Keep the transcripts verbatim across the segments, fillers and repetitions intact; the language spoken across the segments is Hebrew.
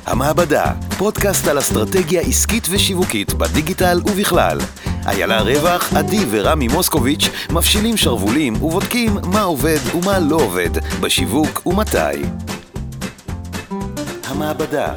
המעבדה, פודקאסט על אסטרטגיה עסקית ושיווקית בדיגיטל ובכלל. איילה רווח, עדי ורמי מוסקוביץ' מפשילים שרבולים ובודקים מה עובד ומה לא עובד בשיווק ומתי. המעבדה.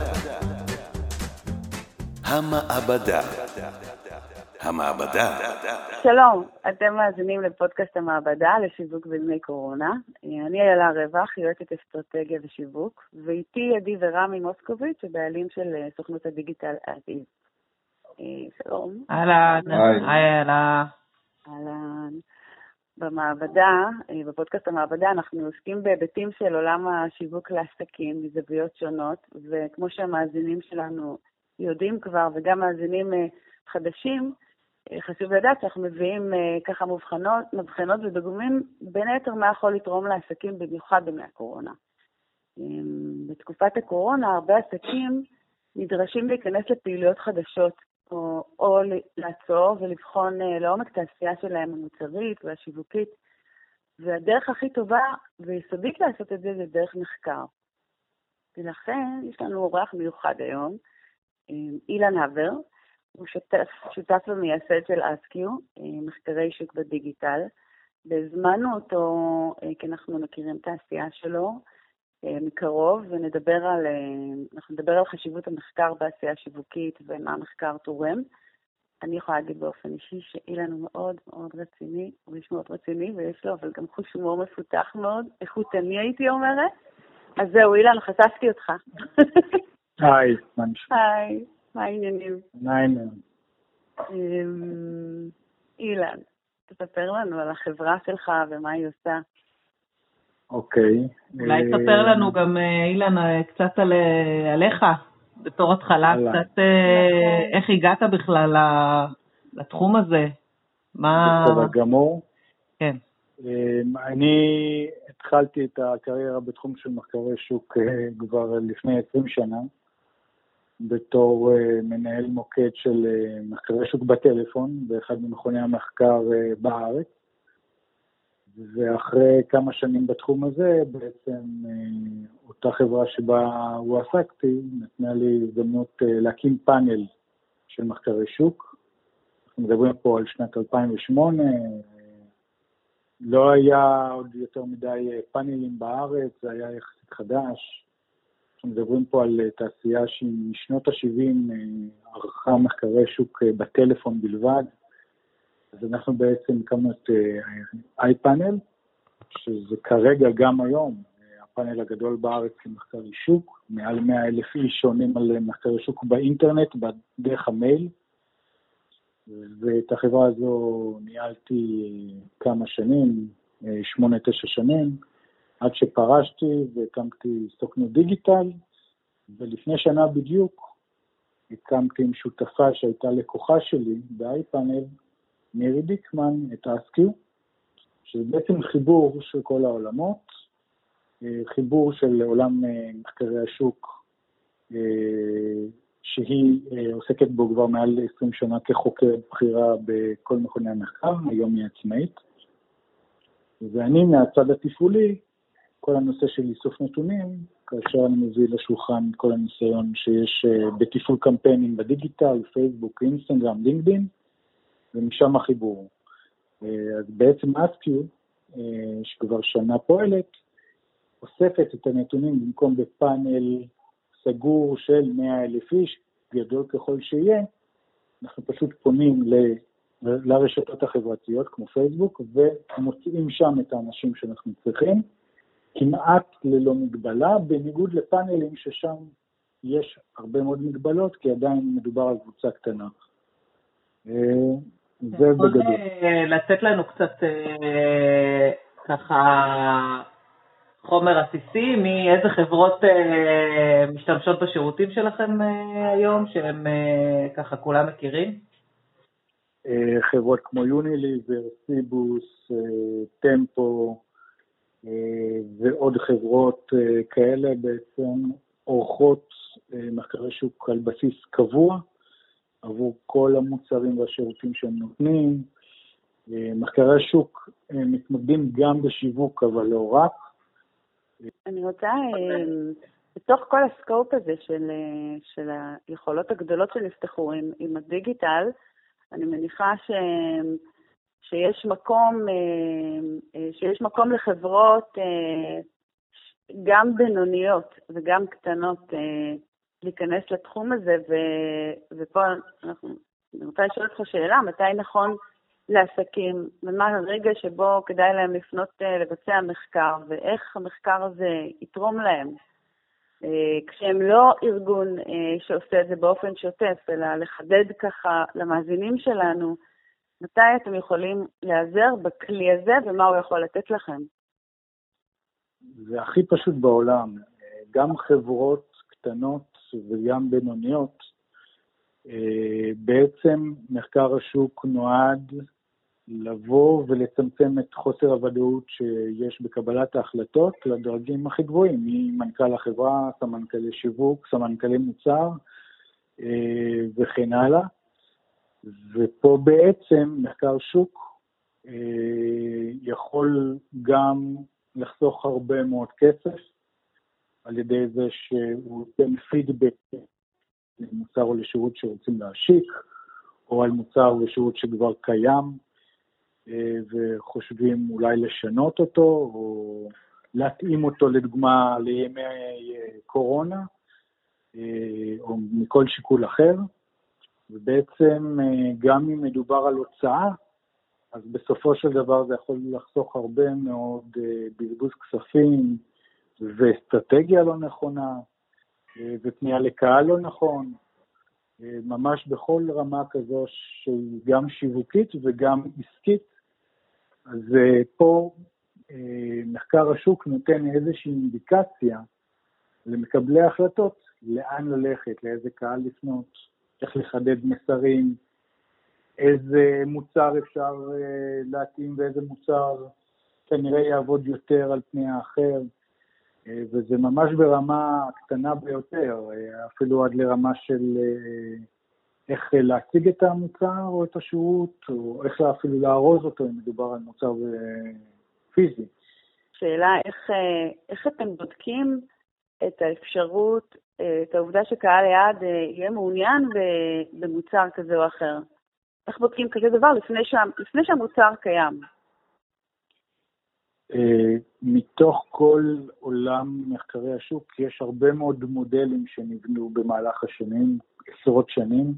המעבדה. המעבדה. שלום, אתם מאזינים לפודקאסט המעבדה לשיווק בימי קורונה. אני איילה רווח, יועצת אסטרטגיה ושיווק, ואיתי עדי ורמי מוסקוביץ', הבעלים של סוכנות הדיגיטל עדי. שלום. אהלן, היי איילה. אהלן. במעבדה, בפודקאסט המעבדה, אנחנו עוסקים בהיבטים של עולם השיווק לעסקים, מזוויות שונות, וכמו שהמאזינים שלנו יודעים כבר, וגם מאזינים חדשים, חשוב לדעת שאנחנו מביאים ככה מבחנות, מבחנות ודוגמים בין היתר מה יכול לתרום לעסקים במיוחד בימי הקורונה. בתקופת הקורונה הרבה עסקים נדרשים להיכנס לפעילויות חדשות או, או לעצור ולבחון לעומק את העשייה שלהם המוצרית והשיווקית, והדרך הכי טובה ויסודית לעשות את זה זה דרך מחקר. ולכן יש לנו אורח מיוחד היום, אילן הבר, הוא שותף, שותף ומייסד של אסקיו, מחקרי שוק בדיגיטל. והזמנו אותו, כי אנחנו מכירים את העשייה שלו מקרוב, ונדבר על, אנחנו נדבר על חשיבות המחקר בעשייה שיווקית ומה המחקר תורם. אני יכולה להגיד באופן אישי שאילן הוא מאוד מאוד רציני, הוא איש מאוד רציני, ויש לו אבל גם חוש הומור מפותח מאוד, איכותני הייתי אומרת. אז זהו, אילן, חשפתי אותך. היי, מה נשמע? היי. מה העניינים? נעים. אילן, תספר לנו על החברה שלך ומה היא עושה. אוקיי. אולי תספר לנו גם, אילן, קצת עליך, בתור התחלה, קצת איך הגעת בכלל לתחום הזה. בסדר גמור. כן. אני התחלתי את הקריירה בתחום של מחקרי שוק כבר לפני עשרים שנה. בתור uh, מנהל מוקד של uh, מחקרי שוק בטלפון, באחד ממכוני המחקר uh, בארץ. ואחרי כמה שנים בתחום הזה, בעצם uh, אותה חברה שבה הוא עסקתי, נתנה לי הזדמנות uh, להקים פאנל של מחקרי שוק. אנחנו מדברים פה על שנת אלפיים ושמונה, uh, לא היה עוד יותר מדי uh, פאנלים בארץ, זה היה יחסית חדש. אנחנו מדברים פה על תעשייה שמשנות ה-שבעים ערכה מחקרי שוק בטלפון בלבד. אז אנחנו בעצם הקמנו את iPanel, שזה כרגע גם היום הפאנל הגדול בארץ למחקרי שוק. מעל מאה אלף איש שעונים על מחקרי שוק באינטרנט, בדרך המייל. ואת החברה הזו ניהלתי כמה שנים, שמונה, תשע שנים. עד שפרשתי והקמתי סוכנות דיגיטל, ולפני שנה בדיוק הקמתי עם שותפה שהייתה לקוחה שלי באייפאנל, מירי דיקמן, את אסקיו, שזה בעצם חיבור של כל העולמות, חיבור של עולם מחקרי השוק, שהיא עוסקת בו כבר מעל עשרים שנה כחוקרת בחירה בכל מכוני המחקר, היום היא עצמאית, ואני מהצד התפעולי, כל הנושא של איסוף נתונים, כאשר אני מביא לשולחן כל הניסיון שיש בתפעול קמפיינים בדיגיטל, פייסבוק, אינסטגרם, לינקדין, ומשם החיבור. אז בעצם אסקיו, שכבר שנה פועלת, אוספת את הנתונים במקום בפאנל סגור של מאה אלף איש, גדול ככל שיהיה, אנחנו פשוט פונים ל... לרשתות החברתיות כמו פייסבוק, ומוצאים שם את האנשים שאנחנו צריכים, כמעט ללא מגבלה, בניגוד לפאנלים ששם יש הרבה מאוד מגבלות, כי עדיין מדובר על קבוצה קטנה. זה בגדול. לתת לנו קצת ככה חומר עסיסי, מאיזה חברות משתמשות בשירותים שלכם היום, שהם ככה כולם מכירים? חברות כמו יוניליבר, סיבוס, טמפו, ועוד חברות כאלה בעצם עורכות מחקרי שוק על בסיס קבוע עבור כל המוצרים והשירותים שהם נותנים. מחקרי שוק מתמקדים גם בשיווק אבל לא רק. אני רוצה בתוך כל הסקופ הזה של, של היכולות הגדולות שנפתחו עם, עם הדיגיטל, אני מניחה ש, שיש מקום, שיש מקום לחברות גם בינוניות וגם קטנות להיכנס לתחום הזה, ו, ופה אנחנו, אני רוצה לשאול אותך שאלה, מתי נכון לעסקים, ומה הרגע שבו כדאי להם לפנות לבצע מחקר, ואיך המחקר הזה יתרום להם, כשהם לא ארגון שעושה את זה באופן שוטף, אלא לחדד ככה למאזינים שלנו, מתי אתם יכולים לעזר בכלי הזה, ומה הוא יכול לתת לכם? זה הכי פשוט בעולם. גם חברות קטנות וגם בינוניות, בעצם מחקר השוק נועד לבוא ולצמצם את חוסר הוודאות שיש בקבלת ההחלטות לדרגים הכי גבוהים, ממנכ"ל החברה, סמנכ"לי שיווק, סמנכ"לי מוצר וכן הלאה. ופה בעצם מחקר שוק יכול גם לחסוך הרבה מאוד כסף, על ידי זה שהוא ייתן פידבק למוצר או לשירות שרוצים להשיק, או על מוצר או לשירות שכבר קיים, וחושבים אולי לשנות אותו, או להתאים אותו לדוגמה לימי קורונה, או מכל שיקול אחר. ובעצם גם אם מדובר על הוצאה, אז בסופו של דבר זה יכול לחסוך הרבה מאוד בזבוז כספים, ואסטרטגיה לא נכונה, ופנייה לקהל לא נכון, ממש בכל רמה כזו שהיא גם שיווקית וגם עסקית. אז פה מחקר השוק נותן איזושהי אינדיקציה למקבלי החלטות, לאן ללכת, לאיזה קהל לפנות, איך לחדד מסרים, איזה מוצר אפשר להתאים ואיזה מוצר כנראה יעבוד יותר על פני האחר, וזה ממש ברמה קטנה ביותר, אפילו עד לרמה של איך להציג את המוצר או את השירות, או איך אפילו לארוז אותו אם מדובר על מוצר פיזי. שאלה, איך, איך אתם בודקים את האפשרות, את העובדה שקהל היעד יהיה מעוניין במוצר כזה או אחר? איך בודקים כזה דבר לפני, שה, לפני שהמוצר קיים? מתוך כל עולם מחקרי השוק יש הרבה מאוד מודלים שנבנו במהלך השנים, עשרות שנים,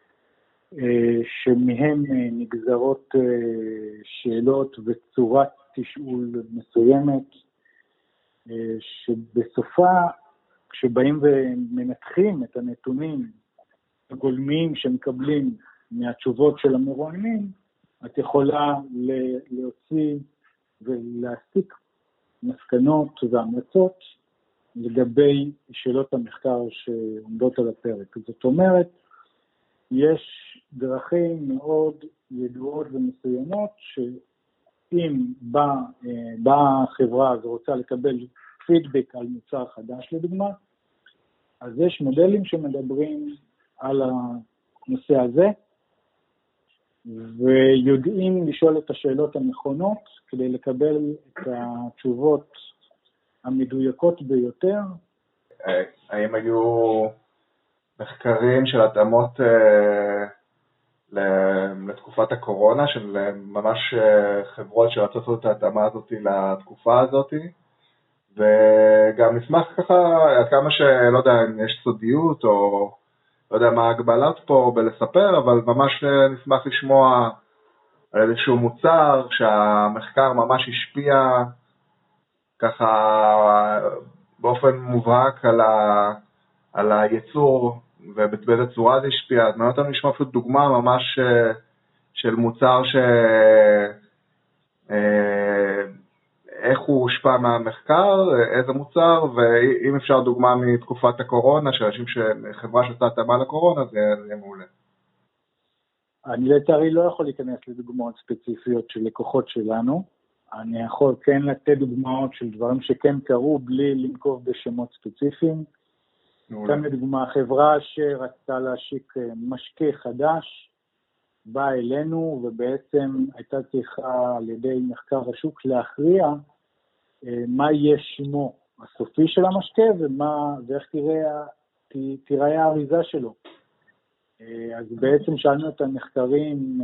שמהם נגזרות שאלות וצורת תשאול מסוימת, שבסופה, כשבאים ומנתחים את הנתונים הגולמיים שמקבלים מהתשובות של המרואיינים, את יכולה להוציא ולהסיק מסקנות והמלצות לגבי שאלות המחקר שעומדות על הפרק. זאת אומרת, יש דרכים מאוד ידועות ומסוימות שאם באה בא החברה הזו רוצה לקבל פידבק על מוצר חדש לדוגמה, אז יש מודלים שמדברים על הנושא הזה, ויודעים לשאול את השאלות הנכונות כדי לקבל את התשובות המדויקות ביותר. האם היו מחקרים של התאמות לתקופת הקורונה, של ממש חברות שרצות לעשות את ההתאמה הזאת לתקופה הזאת? וגם נשמח ככה, עד כמה שלא יודע אם יש סודיות או לא יודע מה ההגבלות פה בלספר, אבל ממש נשמח לשמוע על איזשהו מוצר שהמחקר ממש השפיע ככה באופן מובהק על, ה, על הייצור ובאיזה צורה זה השפיע. אז מעניין אותנו לשמוע אפילו דוגמה ממש של מוצר ש... איך הוא הושפע מהמחקר, איזה מוצר, ואם אפשר דוגמה מתקופת הקורונה, שאנשים שחברה שעושה התאמה לקורונה, זה יהיה מעולה. אני לצערי לא יכול להיכנס לדוגמאות ספציפיות של לקוחות שלנו, אני יכול כן לתת דוגמאות של דברים שכן קרו בלי לנקוב בשמות ספציפיים. כאן לדוגמה, חברה שרצתה להשיק משקה חדש, באה אלינו ובעצם הייתה צריכה על ידי מחקר השוק להכריע מה יהיה שמו הסופי של המשקה ומה, ואיך תראה, תראה האריזה שלו. אז בעצם שאלנו את המחקרים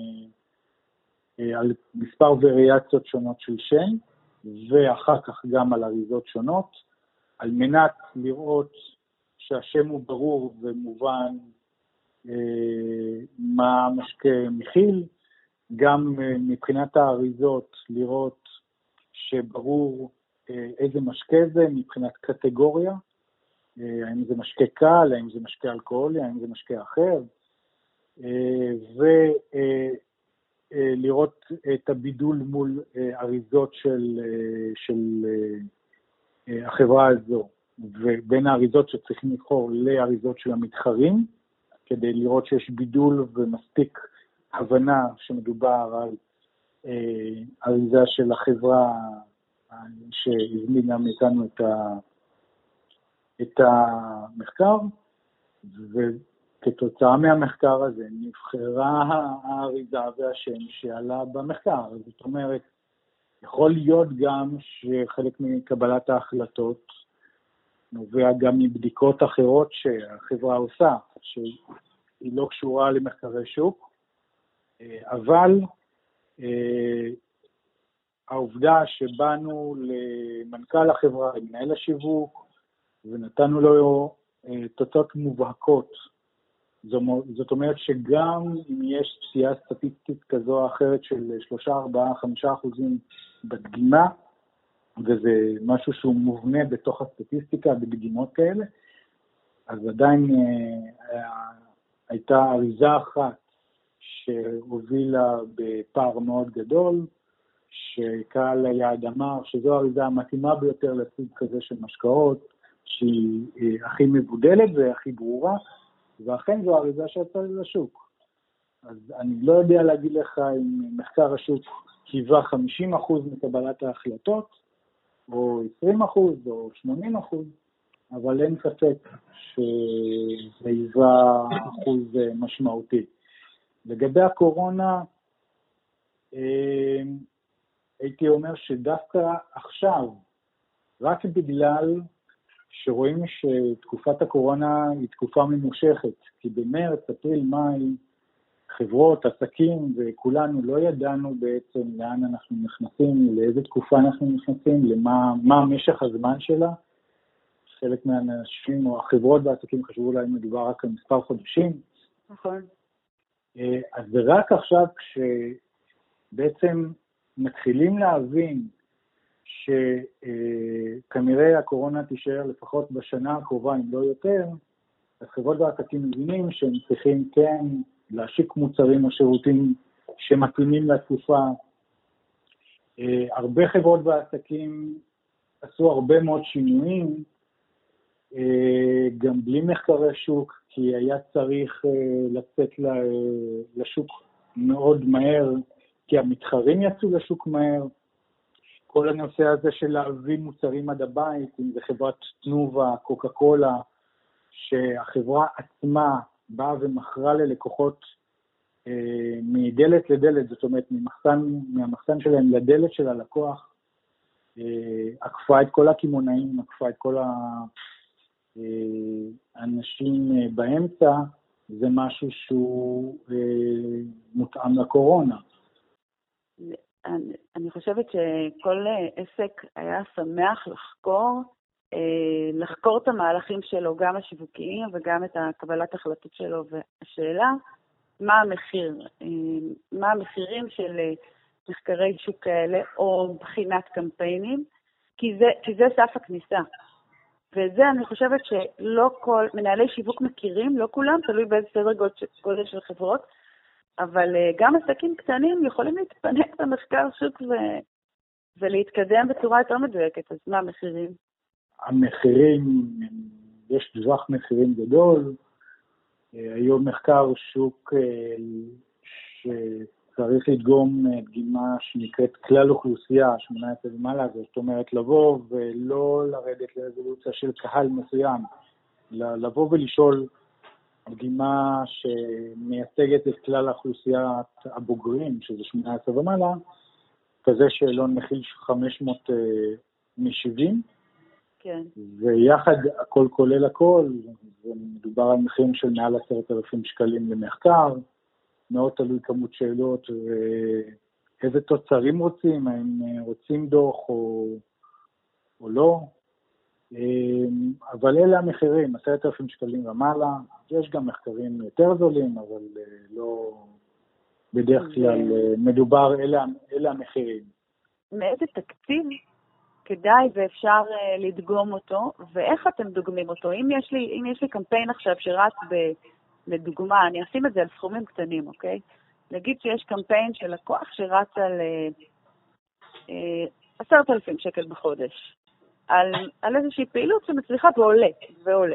על מספר וריאציות שונות של שן, ואחר כך גם על אריזות שונות, על מנת לראות שהשם הוא ברור ומובן מה המשקה מכיל, גם מבחינת האריזות לראות שברור איזה משקה זה מבחינת קטגוריה, האם זה משקה קל, האם זה משקה אלכוהולי, האם זה משקה אחר, ולראות את הבידול מול אריזות של, של החברה הזו, ובין האריזות שצריכים לבחור לאריזות של המתחרים, כדי לראות שיש בידול ומספיק הבנה שמדובר על אריזה של החברה שהזמינה מאיתנו את ה... את המחקר, וכתוצאה מהמחקר הזה נבחרה האריזה והשם שעלה במחקר. זאת אומרת, יכול להיות גם שחלק מקבלת ההחלטות נובע גם מבדיקות אחרות שהחברה עושה, שהיא לא קשורה למחקרי שוק, אבל העובדה שבאנו למנכ"ל החברה, למנהל השיווק, ונתנו לו תוצאות מובהקות. זאת אומרת שגם אם יש פציעה סטטיסטית כזו או אחרת של שלושה, ארבעה, חמישה אחוזים בדגימה, וזה משהו שהוא מובנה בתוך הסטטיסטיקה בדגימות כאלה, אז עדיין הייתה אריזה אחת שהובילה בפער מאוד גדול, שקהל היעד אמר שזו האריזה המתאימה ביותר לסוג כזה של משקאות, שהיא הכי מבודלת והכי ברורה, ואכן זו האריזה שיצאה לשוק. אז אני לא יודע להגיד לך אם מחקר השוק היווה חמישים אחוז מקבלת ההחלטות, או עשרים אחוז, או שמונים אחוז, אבל אין ספק שזה היווה אחוז משמעותי. לגבי הקורונה, הייתי אומר שדווקא עכשיו, רק בגלל שרואים שתקופת הקורונה היא תקופה ממושכת, כי במרץ, אפריל, מאי, חברות, עסקים וכולנו לא ידענו בעצם לאן אנחנו נכנסים, לאיזה תקופה אנחנו נכנסים, למה מה משך הזמן שלה. חלק מהאנשים או החברות והעסקים חשבו אולי מדובר רק על מספר חודשים. נכון. אז זה רק עכשיו כשבעצם מתחילים להבין שכנראה הקורונה תישאר לפחות בשנה הקרובה, אם לא יותר, אז חברות והעסקים מבינים שהם צריכים כן להשיק מוצרים או שירותים שמתאימים לתקופה. הרבה חברות והעסקים עשו הרבה מאוד שינויים, גם בלי מחקרי שוק, כי היה צריך לצאת לשוק מאוד מהר, כי המתחרים יצאו לשוק מהר. כל הנושא הזה של להביא מוצרים עד הבית, אם זה חברת תנובה, קוקה קולה, שהחברה עצמה באה ומכרה ללקוחות אה, מדלת לדלת, זאת אומרת, ממחסן, מהמחסן שלהם לדלת של הלקוח, אה, עקפה את כל הכימונאים, עקפה את כל האנשים אה, באמצע, זה משהו שהוא אה, מותאם לקורונה. אני, אני חושבת שכל עסק היה שמח לחקור, לחקור את המהלכים שלו, גם השיווקיים וגם את הקבלת החלטות שלו, והשאלה, מה המחיר? מה המחירים של מחקרי שוק כאלה, או בחינת קמפיינים? כי זה, כי זה סף הכניסה. וזה אני חושבת שלא כל, מנהלי שיווק מכירים, לא כולם, תלוי באיזה סדר גודל של חברות, אבל גם עסקים קטנים יכולים להתפנק במחקר שוק ו... ולהתקדם בצורה יותר מדויקת. אז מה המחירים? המחירים, יש טווח מחירים גדול. היום מחקר שוק שצריך לדגום דגימה שנקראת כלל אוכלוסייה, שמונה עשרה ומעלה, זאת אומרת לבוא ולא לרדת לרזולוציה של קהל מסוים, לבוא ולשאול דגימה שמייצגת את כלל האוכלוסיית הבוגרים, שזה שמונה עשרה ומעלה, כזה שאלון מכיל חמש מאות משיבים, כן. ויחד הכל כולל הכל, מדובר על מחירים של מעל עשרת אלפים שקלים למחקר, מאוד תלוי כמות שאלות, ואיזה תוצרים רוצים, האם רוצים דוח או, או לא. אבל אלה המחירים, עשרת אלפים שקלים ומעלה, יש גם מחקרים יותר זולים, אבל לא בדרך כלל מדובר, אלה, אלה המחירים. מאיזה תקציב כדאי ואפשר לדגום אותו, ואיך אתם דוגמים אותו? אם יש לי, אם יש לי קמפיין עכשיו שרץ ב, לדוגמה, אני אשים את זה על סכומים קטנים, אוקיי? נגיד שיש קמפיין של לקוח שרץ על עשרת אלפים שקל בחודש, על, על איזושהי פעילות שמצליחה ועולה, ועולה.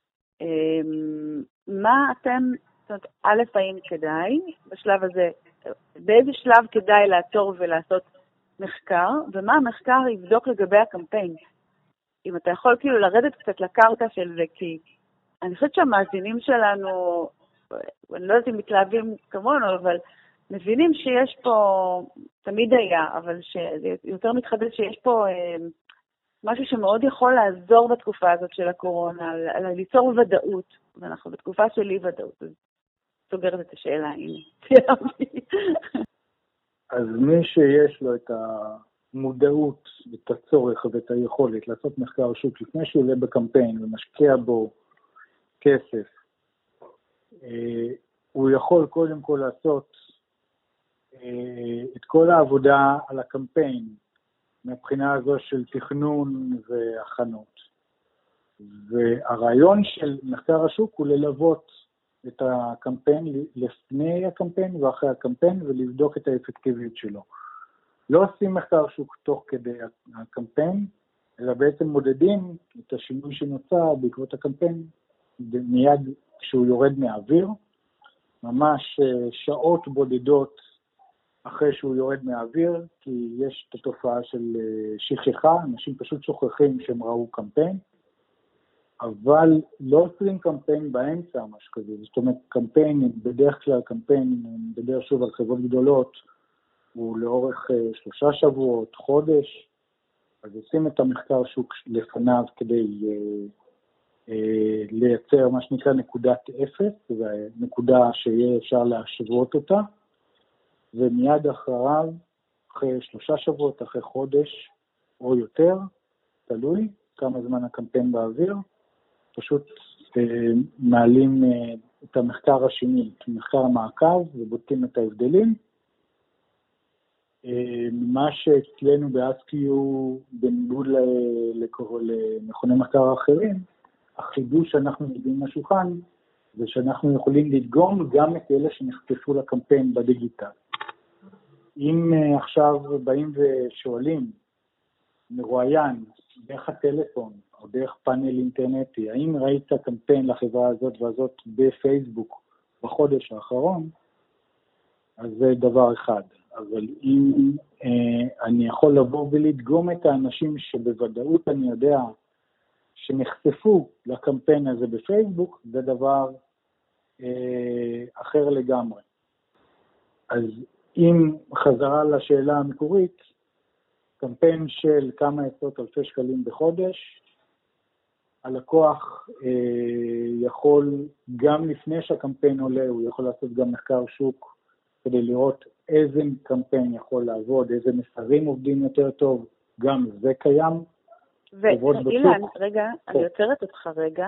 מה אתם, זאת אומרת, א', האם כדאי, בשלב הזה, באיזה שלב כדאי לעצור ולעשות מחקר, ומה המחקר יבדוק לגבי הקמפיין? אם אתה יכול כאילו לרדת קצת לקרקע של זה, כי אני חושבת שהמאזינים שלנו, אני לא יודעת אם מתלהבים כמונו, אבל מבינים שיש פה, תמיד היה, אבל שיותר מתחדש שיש פה אה, משהו שמאוד יכול לעזור בתקופה הזאת של הקורונה, על, על ליצור ודאות, ואנחנו בתקופה של אי ודאות, אז סוגרת את השאלה, הנה, תיארתי. אז מי שיש לו את המודעות, את הצורך ואת היכולת לעשות מחקר שוק לפני שהוא עולה בקמפיין ומשקיע בו כסף, הוא יכול קודם כל לעשות את כל העבודה על הקמפיין מבחינה הזו של תכנון והכנות. והרעיון של מחקר השוק הוא ללוות את הקמפיין לפני הקמפיין ואחרי הקמפיין ולבדוק את האפקטיביות שלו. לא עושים מחקר שוק תוך כדי הקמפיין, אלא בעצם מודדים את השינוי שנוצר בעקבות הקמפיין מיד כשהוא יורד מהאוויר, ממש שעות בודדות אחרי שהוא יורד מהאוויר, כי יש את התופעה של שכחה, אנשים פשוט שוכחים שהם ראו קמפיין, אבל לא עושים קמפיין באמצע, משהו כזה. זאת אומרת, קמפיין, בדרך כלל קמפיין, בדרך שוב על חברות גדולות, הוא לאורך שלושה שבועות, חודש, אז עושים את המחקר שוק לפניו כדי אה, אה, לייצר מה שנקרא נקודת אפס, ונקודה שיהיה אפשר להשוות אותה, ומיד אחריו, אחרי שלושה שבועות, אחרי חודש או יותר, תלוי כמה זמן הקמפיין באוויר, פשוט אה, מעלים אה, את המחקר השני, את מחקר המעקב, ובודקים את ההבדלים. אה, מה שאצלנו ב-אסקיו, בניגוד למכוני מחקר אחרים, החידוש שאנחנו מביאים לשולחן, זה שאנחנו יכולים לדגום גם את אלה שנחשפו לקמפיין בדיגיטל. אם אה, עכשיו באים ושואלים, מרואיין, דרך הטלפון, או דרך פאנל אינטרנטי, האם ראית קמפיין לחברה הזאת והזאת בפייסבוק בחודש האחרון, אז זה דבר אחד. אבל אם אה, אני יכול לבוא ולדגום את האנשים שבוודאות אני יודע שנחשפו לקמפיין הזה בפייסבוק, זה דבר אה, אחר לגמרי. אז אם חזרה לשאלה המקורית, קמפיין של כמה עשרות אלפי שקלים בחודש, הלקוח אה, יכול, גם לפני שהקמפיין עולה, הוא יכול לעשות גם מחקר שוק, כדי לראות איזה קמפיין יכול לעבוד, איזה מסרים עובדים יותר טוב, גם זה קיים. ואילן, רגע, אני יוצרת אותך רגע,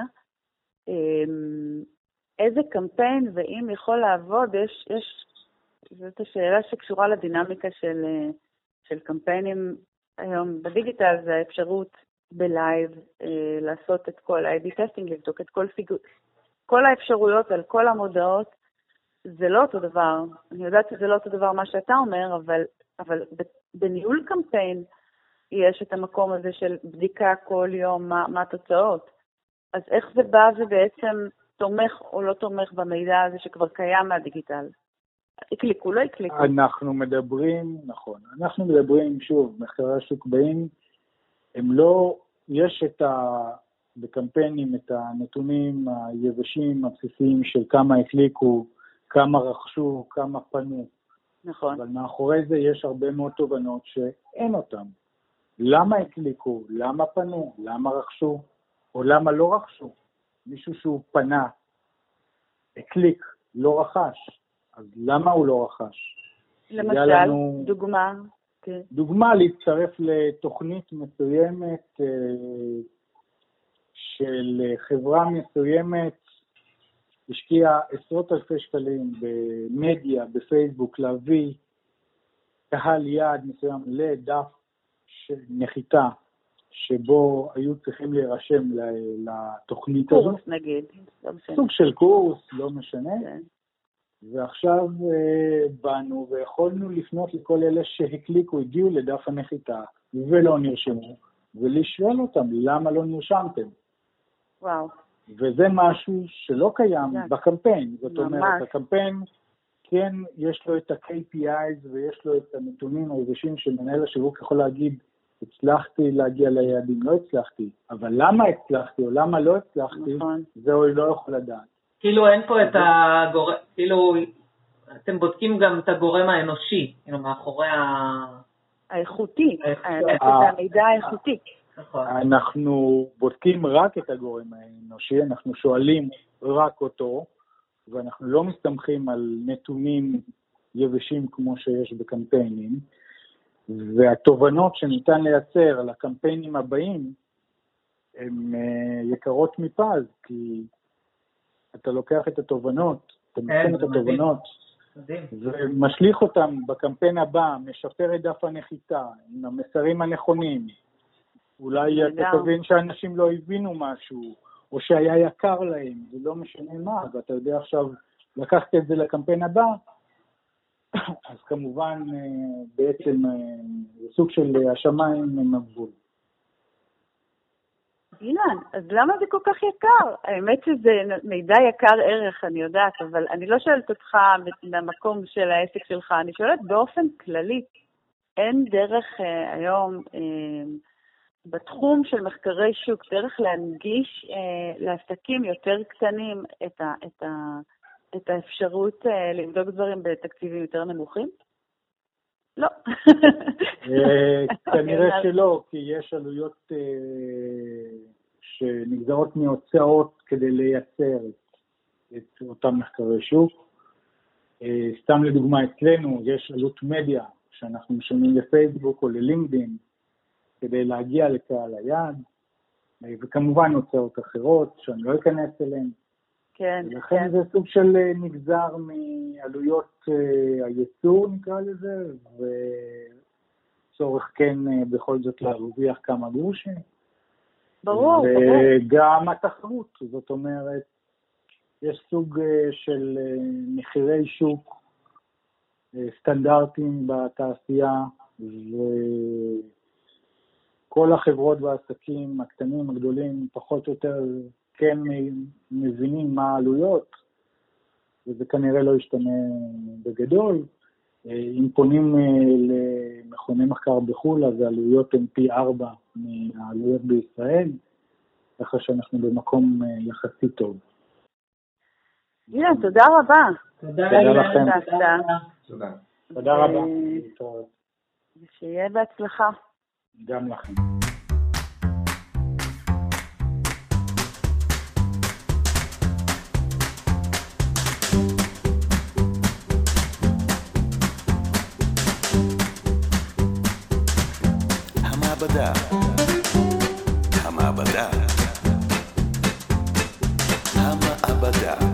איזה קמפיין ואם יכול לעבוד, יש, יש, זאת השאלה שקשורה לדינמיקה של, של קמפיינים היום בדיגיטל, זה האפשרות בלייב, אה, לעשות את כל ה-איי בי טסטינג, לבדוק את כל פיגור, כל האפשרויות על כל המודעות, זה לא אותו דבר. אני יודעת שזה לא אותו דבר מה שאתה אומר, אבל, אבל בניהול קמפיין יש את המקום הזה של בדיקה כל יום, מה, מה התוצאות. אז איך זה בא ובעצם תומך או לא תומך במידע הזה שכבר קיים מהדיגיטל? הקליקו, לא הקליקו. אנחנו מדברים, נכון, אנחנו מדברים, שוב, מחקרי השוק באים, הם לא, יש את ה, בקמפיינים את הנתונים היבשים, הבסיסיים של כמה הקליקו, כמה רכשו, כמה פנו. נכון. אבל מאחורי זה יש הרבה מאוד תובנות שאין אותם. למה הקליקו, למה פנו, למה רכשו, או למה לא רכשו. מישהו שהוא פנה, הקליק, לא רכש, אז למה הוא לא רכש? למשל, לנו... דוגמה. כן. דוגמה להצטרף לתוכנית מסוימת של חברה מסוימת, השקיעה עשרות אלפי שקלים במדיה, בפייסבוק, להביא קהל יעד מסוים לדף של נחיתה, שבו היו צריכים להירשם לתוכנית קורס, הזו. קורס נגיד. סוג של קורס, לא משנה. כן. ועכשיו uh, באנו ויכולנו לפנות לכל אלה שהקליקו, הגיעו לדף הנחיתה ולא נרשמו, ולשאול אותם למה לא נרשמתם. וואו. וזה משהו שלא קיים זה. בקמפיין. זאת ממש. אומרת, הקמפיין, כן, יש לו את ה-קיי פי איז ויש לו את הנתונים היבשים שמנהל השיווק יכול להגיד, הצלחתי להגיע ליעדים, לא הצלחתי, אבל למה הצלחתי או למה לא הצלחתי, נכון. זה הוא לא יכול לדעת. כאילו אין פה את הגורם, כאילו אתם בודקים גם את הגורם האנושי, כאילו מאחורי ה... האיכותי, את המידע האיכותי. אנחנו בודקים רק את הגורם האנושי, אנחנו שואלים רק אותו, ואנחנו לא מסתמכים על נתונים יבשים כמו שיש בקמפיינים, והתובנות שניתן לייצר לקמפיינים הבאים, הן יקרות מפז, כי אתה לוקח את התובנות, אתה מוצאים את התובנות, ומשליך אותם בקמפיין הבא, משפר את דף הנחיתה, עם המסרים הנכונים. אולי אתה תבין שאנשים לא הבינו משהו, או שהיה יקר להם, זה לא משנה מה, ואתה יודע עכשיו לקחת את זה לקמפיין הבא, אז כמובן בעצם זה סוג של השמיים עם הגבול. אילן, אז למה זה כל כך יקר? האמת שזה מידע יקר ערך, אני יודעת, אבל אני לא שואלת אותך מהמקום של העסק שלך, אני שואלת באופן כללי, אין דרך אה, היום אה, בתחום של מחקרי שוק, דרך להנגיש אה, לעסקים יותר קטנים את, ה, את, ה, את האפשרות אה, לבדוק דברים בתקציבים יותר נמוכים? לא. כנראה שלא, כי יש עלויות שנגזרות מהוצאות כדי לייצר את אותם מחקרי שוק. סתם לדוגמה אצלנו, יש עלות מדיה שאנחנו משלמים לפייסבוק או ללינקדין כדי להגיע לקהל היעד, וכמובן הוצאות אחרות שאני לא אכנס אליהן. כן, לכן כן. זה סוג של נגזר מעלויות uh, הייצור נקרא לזה, וצורך כן uh, בכל זאת להרוויח כמה גרושים. ברור, ברור. וגם התחרות, זאת אומרת, יש סוג uh, של uh, מחירי שוק uh, סטנדרטיים בתעשייה, וכל החברות והעסקים הקטנים הגדולים פחות או יותר כן מבינים מה העלויות, וזה כנראה לא ישתנה בגדול. אם פונים למכוני מחקר בחו"ל, אז העלויות הן פי ארבע מהעלויות בישראל, ככה שאנחנו במקום יחסית טוב. אילן, תודה רבה. תודה לכם. תודה. תודה רבה. ושיהיה בהצלחה. גם לכם. המעבדה. המעבדה. המעבדה.